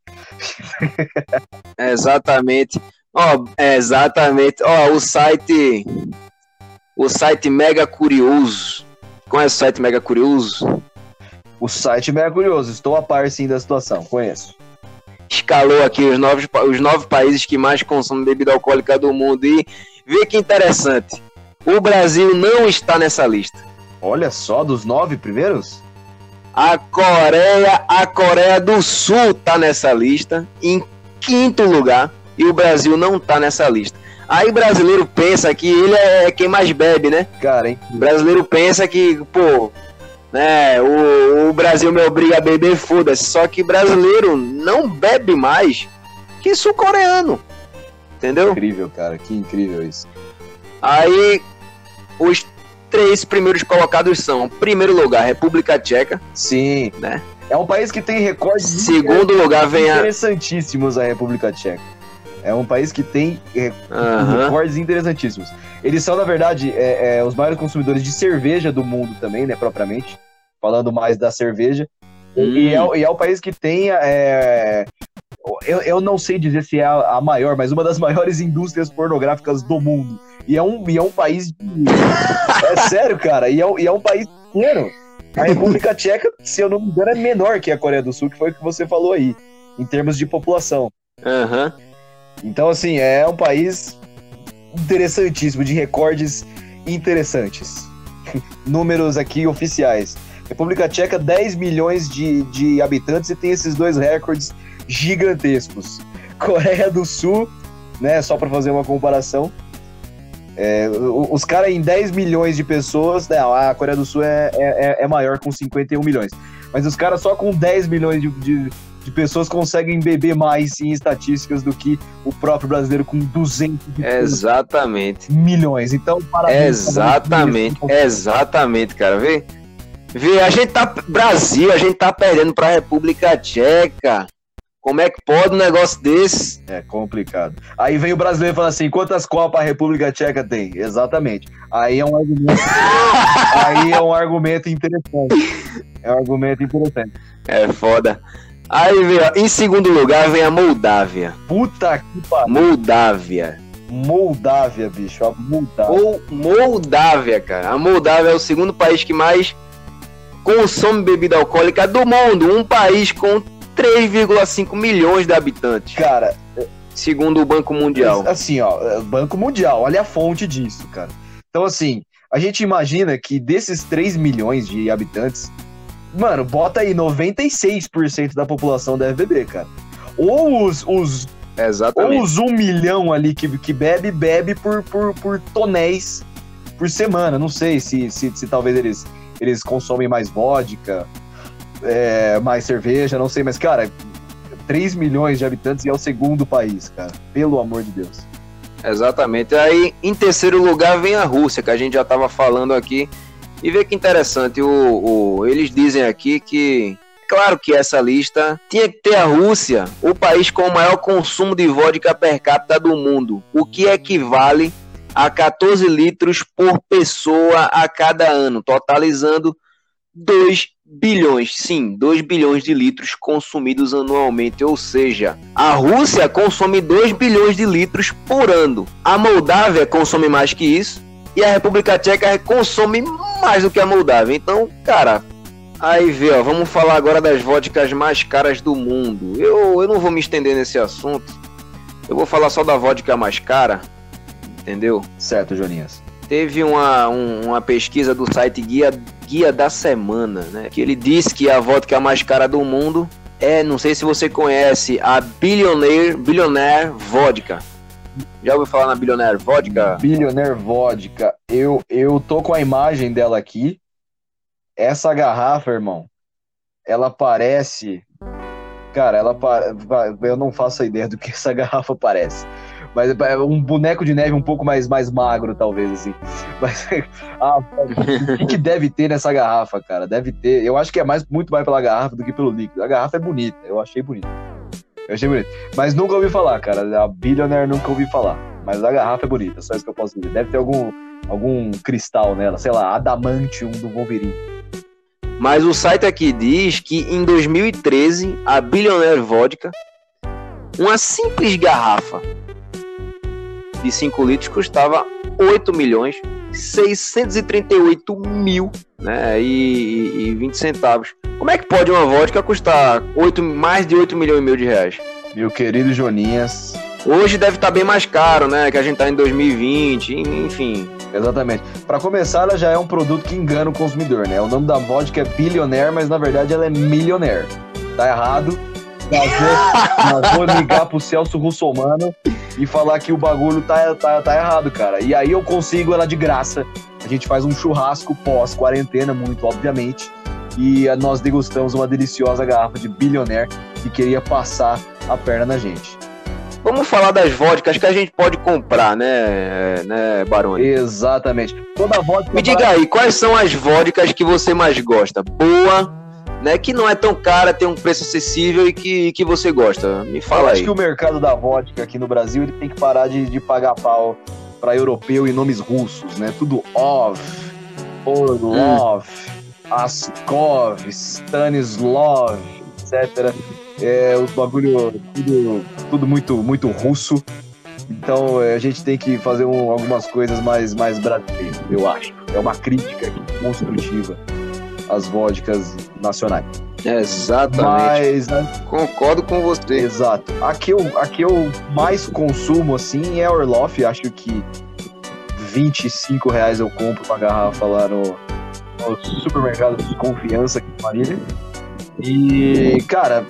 Exatamente. Ó, exatamente. Ó, o site... O site Mega Curioso. Conhece o site Mega Curioso? O site Mega Curioso. Estou a par, sim, da situação. Conheço. Escalou aqui os nove, os nove países que mais consomem bebida alcoólica do mundo. E vê que interessante. O Brasil não está nessa lista. Olha só, dos nove primeiros? A Coreia, a Coreia do Sul tá nessa lista, em quinto lugar, e o Brasil não tá nessa lista. Aí o brasileiro pensa que ele é quem mais bebe, né? Cara, hein? O brasileiro pensa que, pô, né, o, o Brasil me obriga a beber, foda-se. Só que brasileiro não bebe mais que sul-coreano. Entendeu? Incrível, cara, que incrível isso. Aí, os três primeiros colocados são, primeiro lugar, República Tcheca. Sim, né? É um país que tem recordes Segundo lugar vem a... interessantíssimos, a República Tcheca. É um país que tem é, Uhum. recordes interessantíssimos. Eles são, na verdade, é, é, os maiores consumidores de cerveja do mundo também, né, propriamente. Falando mais da cerveja. Hum. E, é, e é um país que tem... É, eu, eu não sei dizer se é a, a maior, mas uma das maiores indústrias pornográficas do mundo. E é um, e é um país... é sério, cara. E é, e é um país pequeno. A República Tcheca, se eu não me engano, é menor que a Coreia do Sul, que foi o que você falou aí, em termos de população. Aham. Uhum. Então, assim, é um país interessantíssimo, de recordes interessantes. Números aqui oficiais. República Tcheca, dez milhões de, de habitantes e tem esses dois recordes gigantescos. Coreia do Sul, né, só para fazer uma comparação, é, os caras em dez milhões de pessoas, né, a Coreia do Sul é, é, é maior com cinquenta e um milhões, mas os caras só com dez milhões de, de de pessoas conseguem beber mais em estatísticas do que o próprio brasileiro com duzentos Exatamente. milhões. Então, parabéns. Exatamente, exatamente, cara. Vê, vê, a gente tá... Brasil, a gente tá perdendo pra República Tcheca. Como é que pode um negócio desse? É complicado. Aí vem o brasileiro e fala assim, quantas Copas a República Tcheca tem? Exatamente. Aí é um argumento... Aí é um argumento interessante. É um argumento interessante. É foda. Aí vem, ó, em segundo lugar vem a Moldávia. Puta que pariu. Moldávia. Moldávia, bicho. A Moldávia. Ou Moldávia, cara. A Moldávia é o segundo país que mais consome bebida alcoólica do mundo. Um país com três vírgula cinco milhões de habitantes. Cara, segundo o Banco Mundial. Assim, ó, Banco Mundial, olha a fonte disso, cara. Então, assim, a gente imagina que desses três milhões de habitantes, mano, bota aí, noventa e seis por cento da população deve beber, cara. Ou os, os, Exatamente. Ou os um milhão ali que, que bebe, bebe por, por, por tonéis por semana. Não sei se, se, se talvez eles, eles consomem mais vodka, é, mais cerveja, não sei. Mas, cara, três milhões de habitantes e é o segundo país, cara. Pelo amor de Deus. Exatamente. Aí, em terceiro lugar, vem a Rússia, que a gente já tava falando aqui. E vê que interessante, o, o, eles dizem aqui que, claro que essa lista tinha que ter a Rússia, o país com o maior consumo de vodka per capita do mundo, o que equivale a quatorze litros por pessoa a cada ano, totalizando dois bilhões, sim, dois bilhões de litros consumidos anualmente, ou seja, a Rússia consome dois bilhões de litros por ano, a Moldávia consome mais que isso, e a República Tcheca consome mais do que a Moldávia. Então, cara, aí vê, ó, vamos falar agora das vodkas mais caras do mundo. Eu, eu não vou me estender nesse assunto. Eu vou falar só da vodka mais cara, entendeu? Certo, Joninhas. Teve uma, um, uma pesquisa do site Guia, Guia da Semana, né? Que ele disse que a vodka mais cara do mundo é, não sei se você conhece, a Billionaire, Billionaire Vodka. Já ouviu falar na Billionaire Vodka? Billionaire Vodka. Eu, eu tô com a imagem dela aqui. Essa garrafa, irmão, ela parece... Cara, ela parece... Eu não faço a ideia do que essa garrafa parece. Mas é um boneco de neve um pouco mais, mais magro, talvez, assim. Mas ah, o que, que deve ter nessa garrafa, cara? Deve ter... Eu acho que é mais, muito mais pela garrafa do que pelo líquido. A garrafa é bonita. Eu achei bonita. Eu achei bonito. Mas nunca ouvi falar, cara. A Billionaire nunca ouvi falar. Mas a garrafa é bonita, só isso que eu posso dizer. Deve ter algum, algum cristal nela, sei lá, adamantium do Wolverine. Mas o site aqui diz que em dois mil e treze, a Billionaire Vodka, uma simples garrafa de cinco litros custava oito milhões seiscentos e trinta e oito mil, né, e, e vinte centavos. Como é que pode uma vodka custar oito, mais de oito milhões e meio de reais? Meu querido Joninhas. Hoje deve estar bem mais caro, né? Que a gente tá em dois mil e vinte, enfim. Exatamente. Para começar, ela já é um produto que engana o consumidor, né? O nome da vodka é Billionaire, mas na verdade ela é Millionaire. Tá errado. Mas vou, mas vou ligar pro Celso Russomano e falar que o bagulho tá, tá, tá errado, cara. E aí eu consigo ela de graça. A gente faz um churrasco pós-quarentena, muito obviamente. E nós degustamos uma deliciosa garrafa de Billionaire que queria passar a perna na gente. Vamos falar das vodkas que a gente pode comprar, né, né, Baroni? Exatamente. Toda vodka. Me diga aí, quais são as vodkas que você mais gosta? Boa, né, que não é tão cara, tem um preço acessível e que, que você gosta. Me fala aí. Eu acho que o mercado da vodka aqui no Brasil ele tem que parar de, de pagar pau para europeu e nomes russos, né? Tudo Ov, Orlov, hum. Askov, Stanislav, etcétera. É, os bagulho tudo, tudo muito, muito russo. Então a gente tem que fazer um, algumas coisas mais, mais brasileiras, eu acho. É uma crítica aqui, construtiva às vodkas nacionais. Exatamente. Mas, concordo com você. Exato. A que eu, a que eu mais consumo assim é a Orloff. Acho que vinte e cinco reais eu compro uma garrafa lá no, no supermercado de confiança aqui em Marília. E, cara,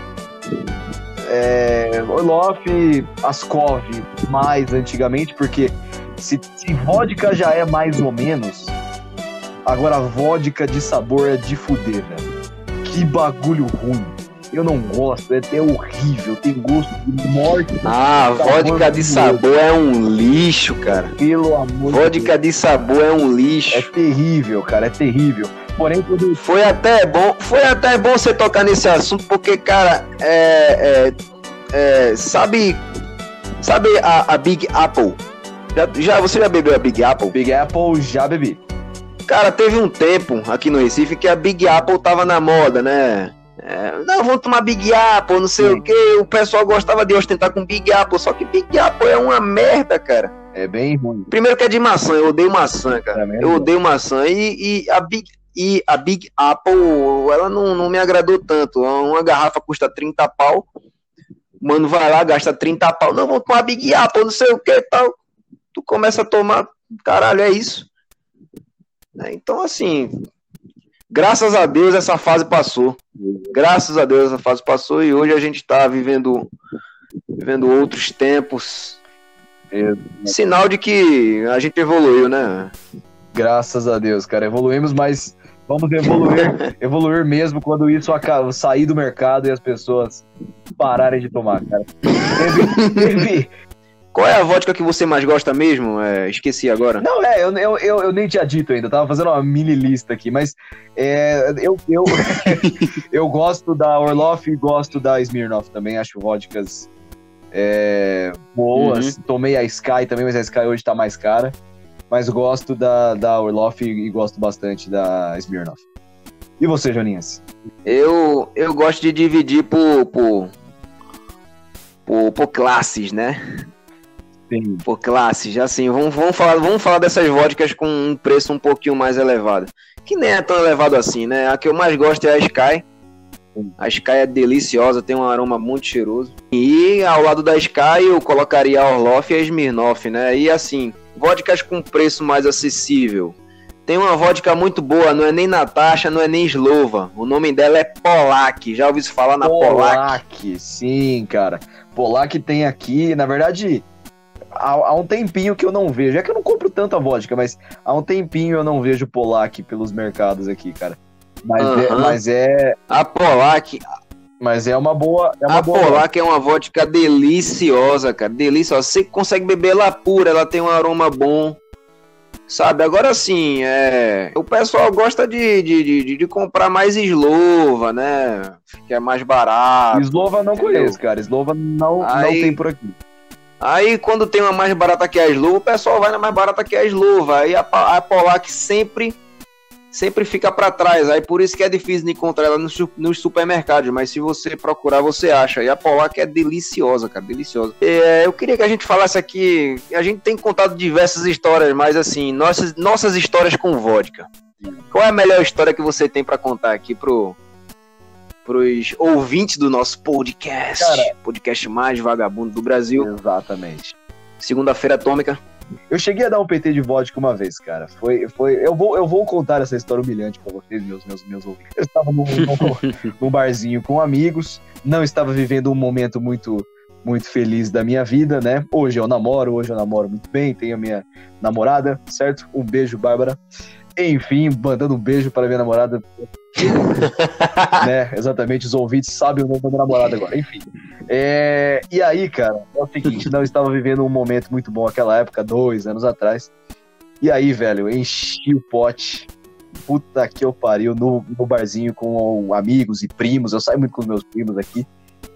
é, Orloff, Askov mais antigamente, porque se, se vodka já é mais ou menos, agora vodka de sabor é de fuder, velho. Que bagulho ruim. Eu não gosto, é até horrível, tem gosto de morte. Ah, vodka de sabor é um lixo, cara. Pelo amor de Deus. Vodka de sabor é um lixo. É terrível, cara, é terrível. Porém, quando... foi até bom, foi até bom você tocar nesse assunto, porque, cara, é, é, é, sabe, sabe a, a Big Apple? Já, já, você já bebeu a Big Apple? Big Apple já bebi. Cara, teve um tempo aqui no Recife que a Big Apple tava na moda, né? É, não, vamos tomar Big Apple, não sei Sim. o que. O pessoal gostava de ostentar com Big Apple, só que Big Apple é uma merda, cara. É bem ruim. Primeiro que é de maçã, eu odeio maçã, cara. É eu odeio maçã. E, e, a Big, e a Big Apple, ela não, não me agradou tanto. Uma garrafa custa trinta pau. Mano, vai lá, gasta trinta pau. Não, vamos tomar Big Apple, não sei o que e tal. Tu começa a tomar, caralho, é isso. Então, assim, graças a Deus essa fase passou. Graças a Deus essa fase passou e hoje a gente está vivendo, vivendo outros tempos. É. Sinal de que a gente evoluiu, né? Graças a Deus, cara. Evoluímos, mas vamos evoluir, evoluir mesmo quando isso acaba, sair do mercado e as pessoas pararem de tomar, cara. Teve... teve... Qual é a vodka que você mais gosta mesmo? É, esqueci agora. Não, é, eu, eu, eu, eu nem tinha dito ainda, eu tava fazendo uma mini lista aqui, mas é, eu, eu, eu gosto da Orloff e gosto da Smirnoff também, acho vodkas é, boas. Uhum. Tomei a Sky também, mas a Sky hoje tá mais cara, mas gosto da, da Orloff e gosto bastante da Smirnoff. E você, Joninhas? Eu, eu gosto de dividir por, por, por, por classes, né? Sim. Por classes, assim, vamos, vamos, falar, vamos falar dessas vodkas com um preço um pouquinho mais elevado, que nem é tão elevado assim, né? A que eu mais gosto é a Sky. A Sky é deliciosa, tem um aroma muito cheiroso. E ao lado da Sky eu colocaria a Orloff e a Smirnoff, né? E assim, vodkas com preço mais acessível. Tem uma vodka muito boa, não é nem Natasha, não é nem Slova. O nome dela é Polak. Já ouviu se falar na Polak? Polak, sim, cara. Polak tem aqui, na verdade... Há, há um tempinho que eu não vejo. É que eu não compro tanta vodka, mas há um tempinho eu não vejo Polak pelos mercados aqui, cara. Mas, uhum. é, mas é... A Polak... Mas é uma boa... É uma a boa Polak vodka. É uma vodka deliciosa, cara. Deliciosa. Você consegue beber ela pura, ela tem um aroma bom. Sabe? Agora sim, é... o pessoal gosta de, de, de, de comprar mais Slova, né? Que é mais barato. Slova não entendeu? Conheço, cara. Slova não, Aí... não tem por aqui. Aí quando tem uma mais barata que a Slova, o pessoal vai na mais barata que a Slova. Aí a, a Polak sempre, sempre fica para trás. Aí por isso que é difícil de encontrar ela nos, nos supermercados. Mas se você procurar, você acha. E a Polak é deliciosa, cara, deliciosa. É, eu queria que a gente falasse aqui. A gente tem contado diversas histórias, mas assim, nossas, nossas histórias com vodka. Qual é a melhor história que você tem para contar aqui pro... pros ouvintes do nosso podcast, cara, podcast mais vagabundo do Brasil. Exatamente. Segunda-feira atômica. Eu cheguei a dar um P T de vodka uma vez, cara. Foi, foi, eu, vou, eu vou contar essa história humilhante pra vocês, meus, meus, meus ouvintes. Eu estava num, num, num barzinho com amigos, não estava vivendo um momento muito, muito feliz da minha vida, né? Hoje eu namoro, hoje eu namoro muito bem, tenho a minha namorada, certo? Um beijo, Bárbara. Enfim, mandando um beijo para minha namorada. Né? Exatamente, os ouvintes sabem o nome da minha namorada agora. Enfim. É... E aí, cara, é o seguinte, não estava vivendo um momento muito bom naquela época, dois anos atrás. E aí, velho, eu enchi o pote. Puta que eu pariu, no, no barzinho com amigos e primos. Eu saio muito com os meus primos aqui.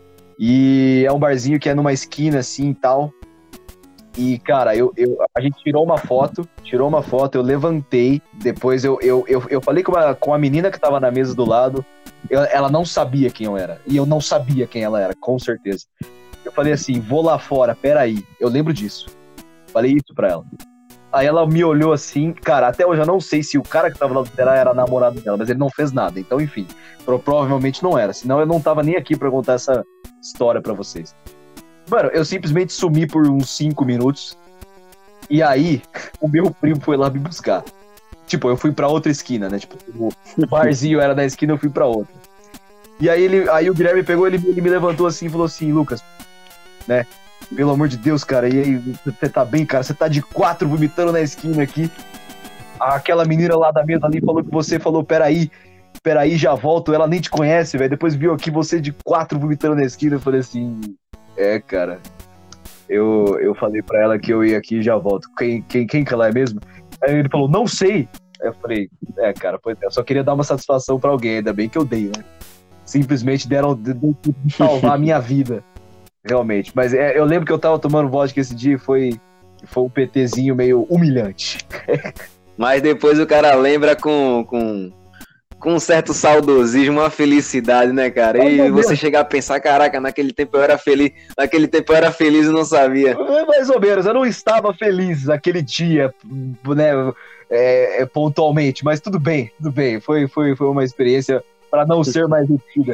E é um barzinho que é numa esquina assim e tal. E, cara, eu, eu, a gente tirou uma foto, tirou uma foto, eu levantei, depois eu, eu, eu, eu falei com a, com a menina que tava na mesa do lado, eu, ela não sabia quem eu era, e eu não sabia quem ela era, com certeza. Eu falei assim, vou lá fora, peraí, eu lembro disso. Falei isso pra ela. Aí ela me olhou assim, cara, até hoje eu não sei se o cara que tava lá dela era namorado dela, mas ele não fez nada, então enfim, provavelmente não era, senão eu não tava nem aqui pra contar essa história pra vocês. Mano, eu simplesmente sumi por uns cinco minutos. E aí, o meu primo foi lá me buscar. Tipo, eu fui pra outra esquina, né? Tipo, o barzinho era da esquina, eu fui pra outra. E aí, ele, aí o Guilherme pegou, ele, ele me levantou assim e falou assim, Lucas, né? Pelo amor de Deus, cara, e aí, você tá bem, cara? Você tá de quatro vomitando na esquina aqui. Aquela menina lá da mesa ali falou que você falou, peraí, peraí, já volto. Ela nem te conhece, velho. Depois viu aqui você de quatro vomitando na esquina. Eu falei assim... É, cara, eu, eu falei pra ela que eu ia aqui e já volto. Quem, quem, quem que ela é mesmo? Aí ele falou, não sei. Aí eu falei, é, cara, pois é, eu só queria dar uma satisfação pra alguém, ainda bem que eu dei, né? Simplesmente deram de, de, de salvar a minha vida, realmente. Mas é, eu lembro que eu tava tomando vodka esse dia e foi, foi um PTzinho meio humilhante. Mas depois o cara lembra com... com... com um certo saudosismo, uma felicidade, né, cara? E oh, você chegar a pensar, caraca, naquele tempo eu era feliz, naquele tempo eu era feliz e não sabia. Mais ou menos, eu não estava feliz naquele dia, né, é, é, pontualmente, mas tudo bem, tudo bem, foi, foi, foi uma experiência para não ser mais repetida.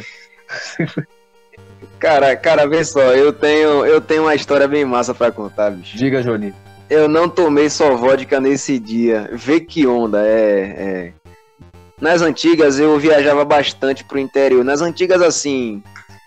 Cara, cara, vê só, eu tenho, eu tenho uma história bem massa para contar, bicho. Diga, Johnny. Eu não tomei só vodka nesse dia, vê que onda, é... é... Nas antigas eu viajava bastante pro interior. Nas antigas, assim,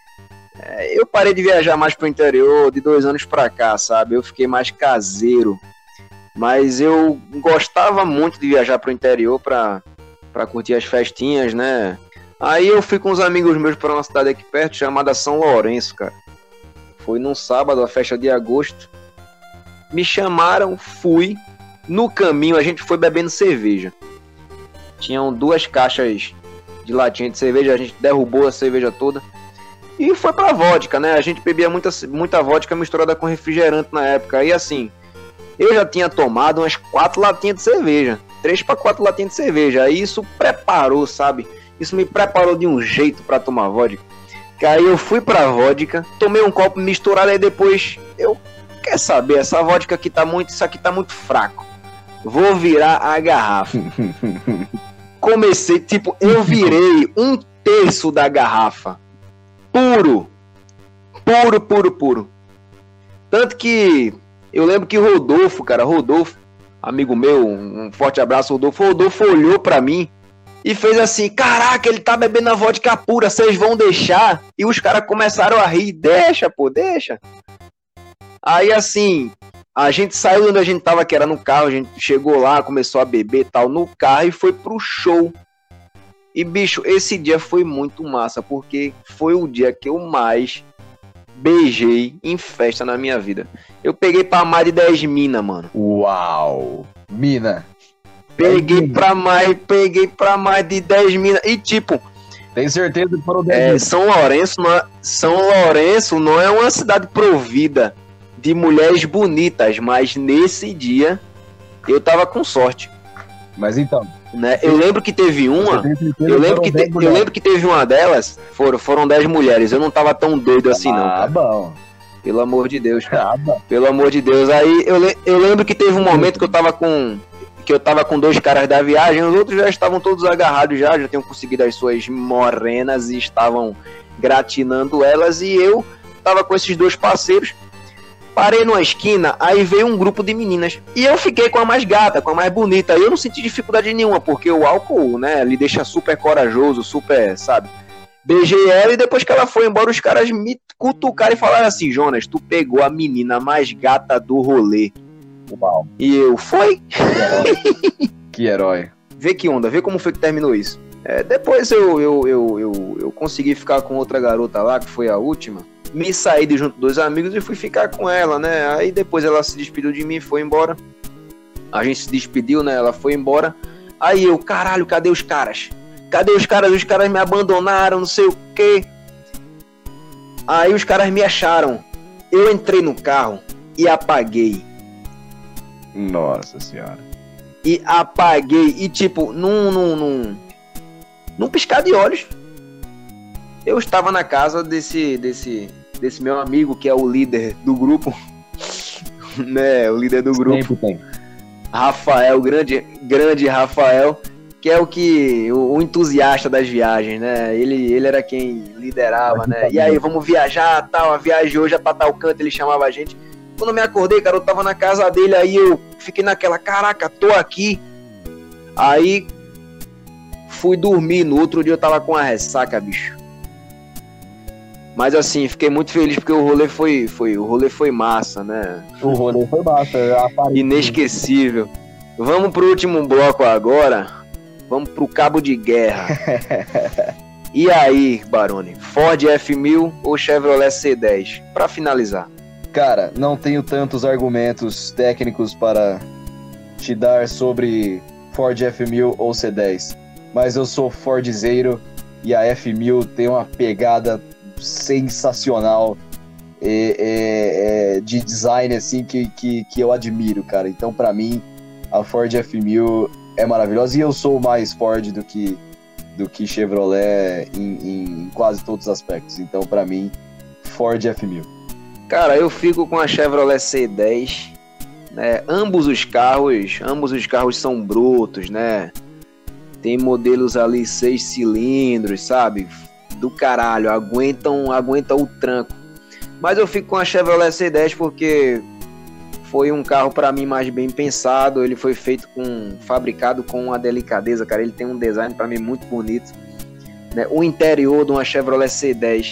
eu parei de viajar mais pro interior de dois anos pra cá, sabe? Eu fiquei mais caseiro. Mas eu gostava muito de viajar pro interior pra, pra curtir as festinhas, né? Aí eu fui com uns amigos meus pra uma cidade aqui perto chamada São Lourenço, cara. Foi num sábado, a festa de agosto. Me chamaram, fui. No caminho a gente foi bebendo cerveja. Tinham duas caixas de latinha de cerveja, a gente derrubou a cerveja toda e foi pra vodka, né? A gente bebia muita, muita vodka misturada com refrigerante na época. E assim, eu já tinha tomado umas quatro latinhas de cerveja, três para quatro latinhas de cerveja. Aí isso preparou, sabe? Isso me preparou de um jeito pra tomar vodka. Que aí eu fui pra vodka, tomei um copo misturado, aí depois eu, quer saber, essa vodka aqui tá muito, isso aqui tá muito fraco. Vou virar a garrafa. Comecei, tipo, eu virei um terço da garrafa. Puro. Puro, puro, puro. Tanto que eu lembro que Rodolfo, cara, Rodolfo, amigo meu, um forte abraço, Rodolfo. Rodolfo olhou pra mim e fez assim, caraca, ele tá bebendo a vodka pura, vocês vão deixar? E os caras começaram a rir, deixa, pô, deixa. Aí assim... A gente saiu onde a gente tava, que era no carro, a gente chegou lá, começou a beber e tal no carro e foi pro show. E, bicho, esse dia foi muito massa, porque foi o dia que eu mais beijei em festa na minha vida. Eu peguei pra mais de dez mina, mano. Uau! Mina! Peguei pra mais, peguei pra mais de dez mina. E, tipo... Tem certeza que foram dez é, mina? São Lourenço não é, São Lourenço não é uma cidade provida de mulheres bonitas, mas nesse dia eu tava com sorte. Mas então, né? Eu lembro que teve uma, eu lembro que, te, eu lembro que teve uma delas, foram, foram dez mulheres, eu não tava tão doido assim, não. Ah, bom. Pelo amor de Deus. Ah, pelo amor de Deus. Aí eu, eu lembro que teve um momento que eu tava com que eu tava com dois caras da viagem, os outros já estavam todos agarrados já, já tinham conseguido as suas morenas e estavam gratinando elas, e eu tava com esses dois parceiros. Parei numa esquina, aí veio um grupo de meninas. E eu fiquei com a mais gata, com a mais bonita. E eu não senti dificuldade nenhuma, porque o álcool, né, lhe deixa super corajoso, super, sabe? Beijei ela e depois que ela foi embora, os caras me cutucaram e falaram assim: Jonas, tu pegou a menina mais gata do rolê. Uau. E eu, foi? Que herói. Que herói. Vê que onda, vê como foi que terminou isso. É, depois eu, eu, eu, eu, eu consegui ficar com outra garota lá, que foi a última. Me saí de junto dos amigos e fui ficar com ela, né? Aí depois ela se despediu de mim e foi embora. A gente se despediu, né? Ela foi embora. Aí eu, caralho, cadê os caras? Cadê os caras? Os caras me abandonaram, não sei o quê. Aí os caras me acharam. Eu entrei no carro e apaguei. Nossa senhora. E apaguei. E tipo, num, num, num, num piscar de olhos, eu estava na casa desse, desse, desse meu amigo, que é o líder do grupo. Né, o líder do grupo. Sempre tem. Rafael, grande, grande Rafael, que é o que o, o entusiasta das viagens, né? Ele, ele era quem liderava, né? E aí, vamos viajar, tal, a viagem hoje é pra tal canto, ele chamava a gente. Quando eu me acordei, cara, eu tava na casa dele, aí eu fiquei naquela, caraca, tô aqui. Aí fui dormir, no outro dia eu tava com a ressaca, bicho. Mas assim, fiquei muito feliz porque o rolê foi, foi, o rolê foi massa, né? O rolê foi massa. Inesquecível. Vamos pro último bloco agora. Vamos pro cabo de guerra. E aí, Baroni? Ford F mil ou Chevrolet C dez? Pra finalizar. Cara, não tenho tantos argumentos técnicos para te dar sobre Ford F mil ou C dez. Mas eu sou Fordzero e a F mil tem uma pegada sensacional é, é, é, de design assim que, que, que eu admiro, cara. Então pra mim a Ford F mil é maravilhosa e eu sou mais Ford do que, do que Chevrolet em, em quase todos os aspectos. Então pra mim Ford F mil. Cara, eu fico com a Chevrolet C dez, né? Ambos os carros, ambos os carros são brutos, né? Tem modelos ali seis cilindros, sabe? Do caralho, aguentam, aguentam o tranco. Mas eu fico com a Chevrolet C dez porque foi um carro para mim mais bem pensado. Ele foi feito com, fabricado com uma delicadeza, cara. Ele tem um design para mim muito bonito, né? O interior de uma Chevrolet C dez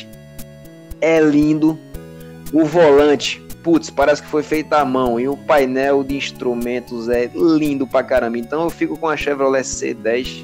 é lindo. O volante, putz, parece que foi feito à mão. E o painel de instrumentos é lindo pra caramba. Então eu fico com a Chevrolet C dez.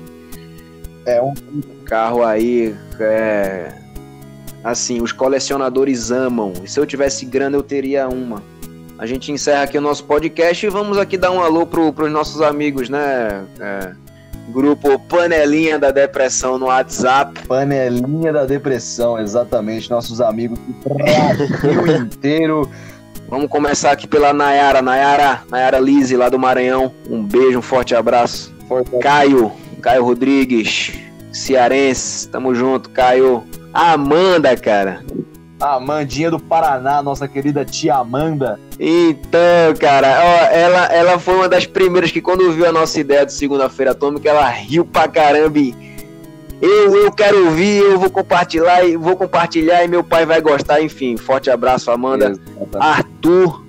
É um carro aí, é, assim, os colecionadores amam. E se eu tivesse grana, eu teria uma. A gente encerra aqui o nosso podcast e vamos aqui dar um alô pro, pros nossos amigos, né? É, grupo Panelinha da Depressão no WhatsApp. Panelinha da Depressão, exatamente. Nossos amigos do Brasil inteiro. Vamos começar aqui pela Nayara. Nayara, Nayara Lise, lá do Maranhão. Um beijo, um forte abraço. Forte Caio. Caio Rodrigues, cearense, tamo junto, Caio. A Amanda, cara. A Amandinha do Paraná, nossa querida tia Amanda. Então, cara, ó, ela, ela foi uma das primeiras que quando viu a nossa ideia de Segunda-feira Atômica, ela riu pra caramba e eu, eu quero ouvir, eu vou compartilhar, e vou compartilhar e meu pai vai gostar, enfim. Forte abraço, Amanda. Exatamente. Arthur.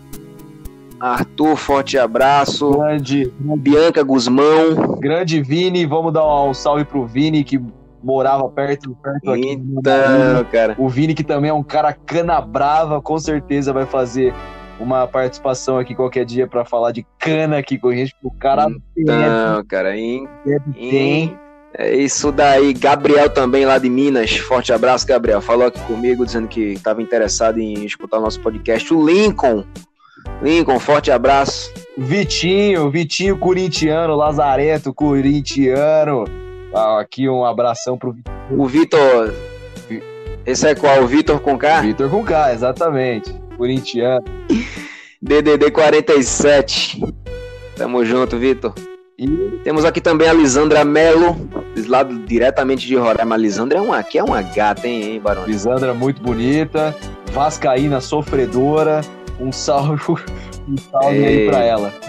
Arthur, forte abraço. Grande. Bianca Guzmão. Grande Vini, vamos dar um salve pro Vini, que morava perto, perto aqui. Então, cara. O Vini, que também é um cara cana brava, com certeza vai fazer uma participação aqui qualquer dia pra falar de cana aqui com a gente. O cara... Então, cara, hein? Tem. É isso daí. Gabriel também, lá de Minas. Forte abraço, Gabriel. Falou aqui comigo, dizendo que estava interessado em escutar o nosso podcast. O Lincoln. Lincoln, forte abraço. Vitinho, Vitinho corintiano, Lazareto corintiano. Ah, aqui um abração pro Vitinho. O Vitor. Esse é qual? O Vitor com K? Vitor com K, exatamente. Corintiano. D D D quarenta e sete. Tamo junto, Vitor. E temos aqui também a Lisandra Melo, lá diretamente de Roraima. A Lisandra é uma, aqui é uma gata, hein, hein, Barão? Lisandra muito bonita, vascaína sofredora. Um salve, um salve aí pra ela.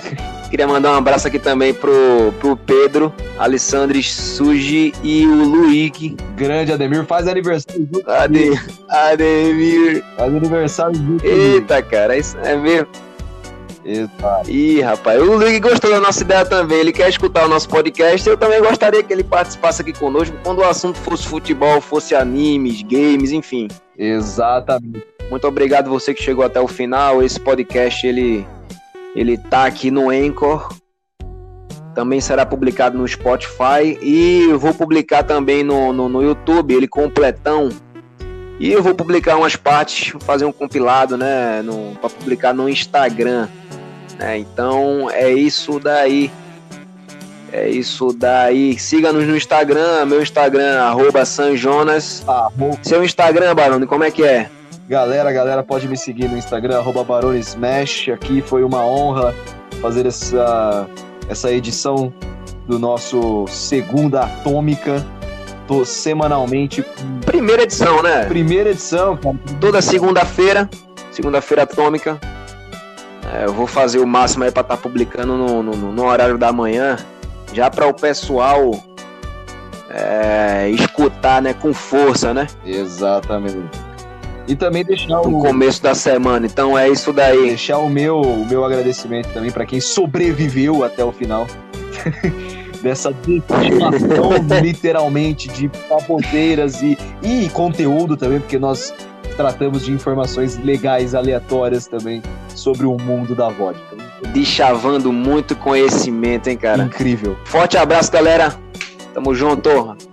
Queria mandar um abraço aqui também pro, pro Pedro, Alessandro Suji e o Luigi. Grande Ademir, faz aniversário junto. Ade, Ademir. Faz aniversário junto. Eita, cara, isso é mesmo. Eita. Ih, rapaz, o Luigi gostou da nossa ideia também. Ele quer escutar o nosso podcast. Eu também gostaria que ele participasse aqui conosco quando o assunto fosse futebol, fosse animes, games, enfim. Exatamente. Muito obrigado você que chegou até o final. Esse podcast, ele... Ele tá aqui no Anchor, também será publicado no Spotify e eu vou publicar também no, no, no YouTube, ele completão. E eu vou publicar umas partes, fazer um compilado, né, para publicar no Instagram. Né? Então é isso daí. É isso daí. Siga-nos no Instagram, meu Instagram, arroba sanjonas. Ah, Seu Instagram, Barone, como é que é? Galera, galera, pode me seguir no Instagram, arroba baronesmash. Aqui foi uma honra fazer essa, essa edição do nosso Segunda Atômica. Tô semanalmente. Primeira edição, né? Primeira edição, cara. Toda segunda-feira, segunda-feira atômica. É, eu vou fazer o máximo aí pra estar tá publicando no, no, no horário da manhã, já para o pessoal é, escutar, né, com força, né? Exatamente. E também deixar o... no começo da semana, então é isso daí. Deixar o meu, o meu agradecimento também para quem sobreviveu até o final dessa destilação literalmente de baboseiras e, e conteúdo também, porque nós tratamos de informações legais, aleatórias também sobre o mundo da vodka. Deschavando muito conhecimento, hein, cara? Incrível. Forte abraço, galera. Tamo junto.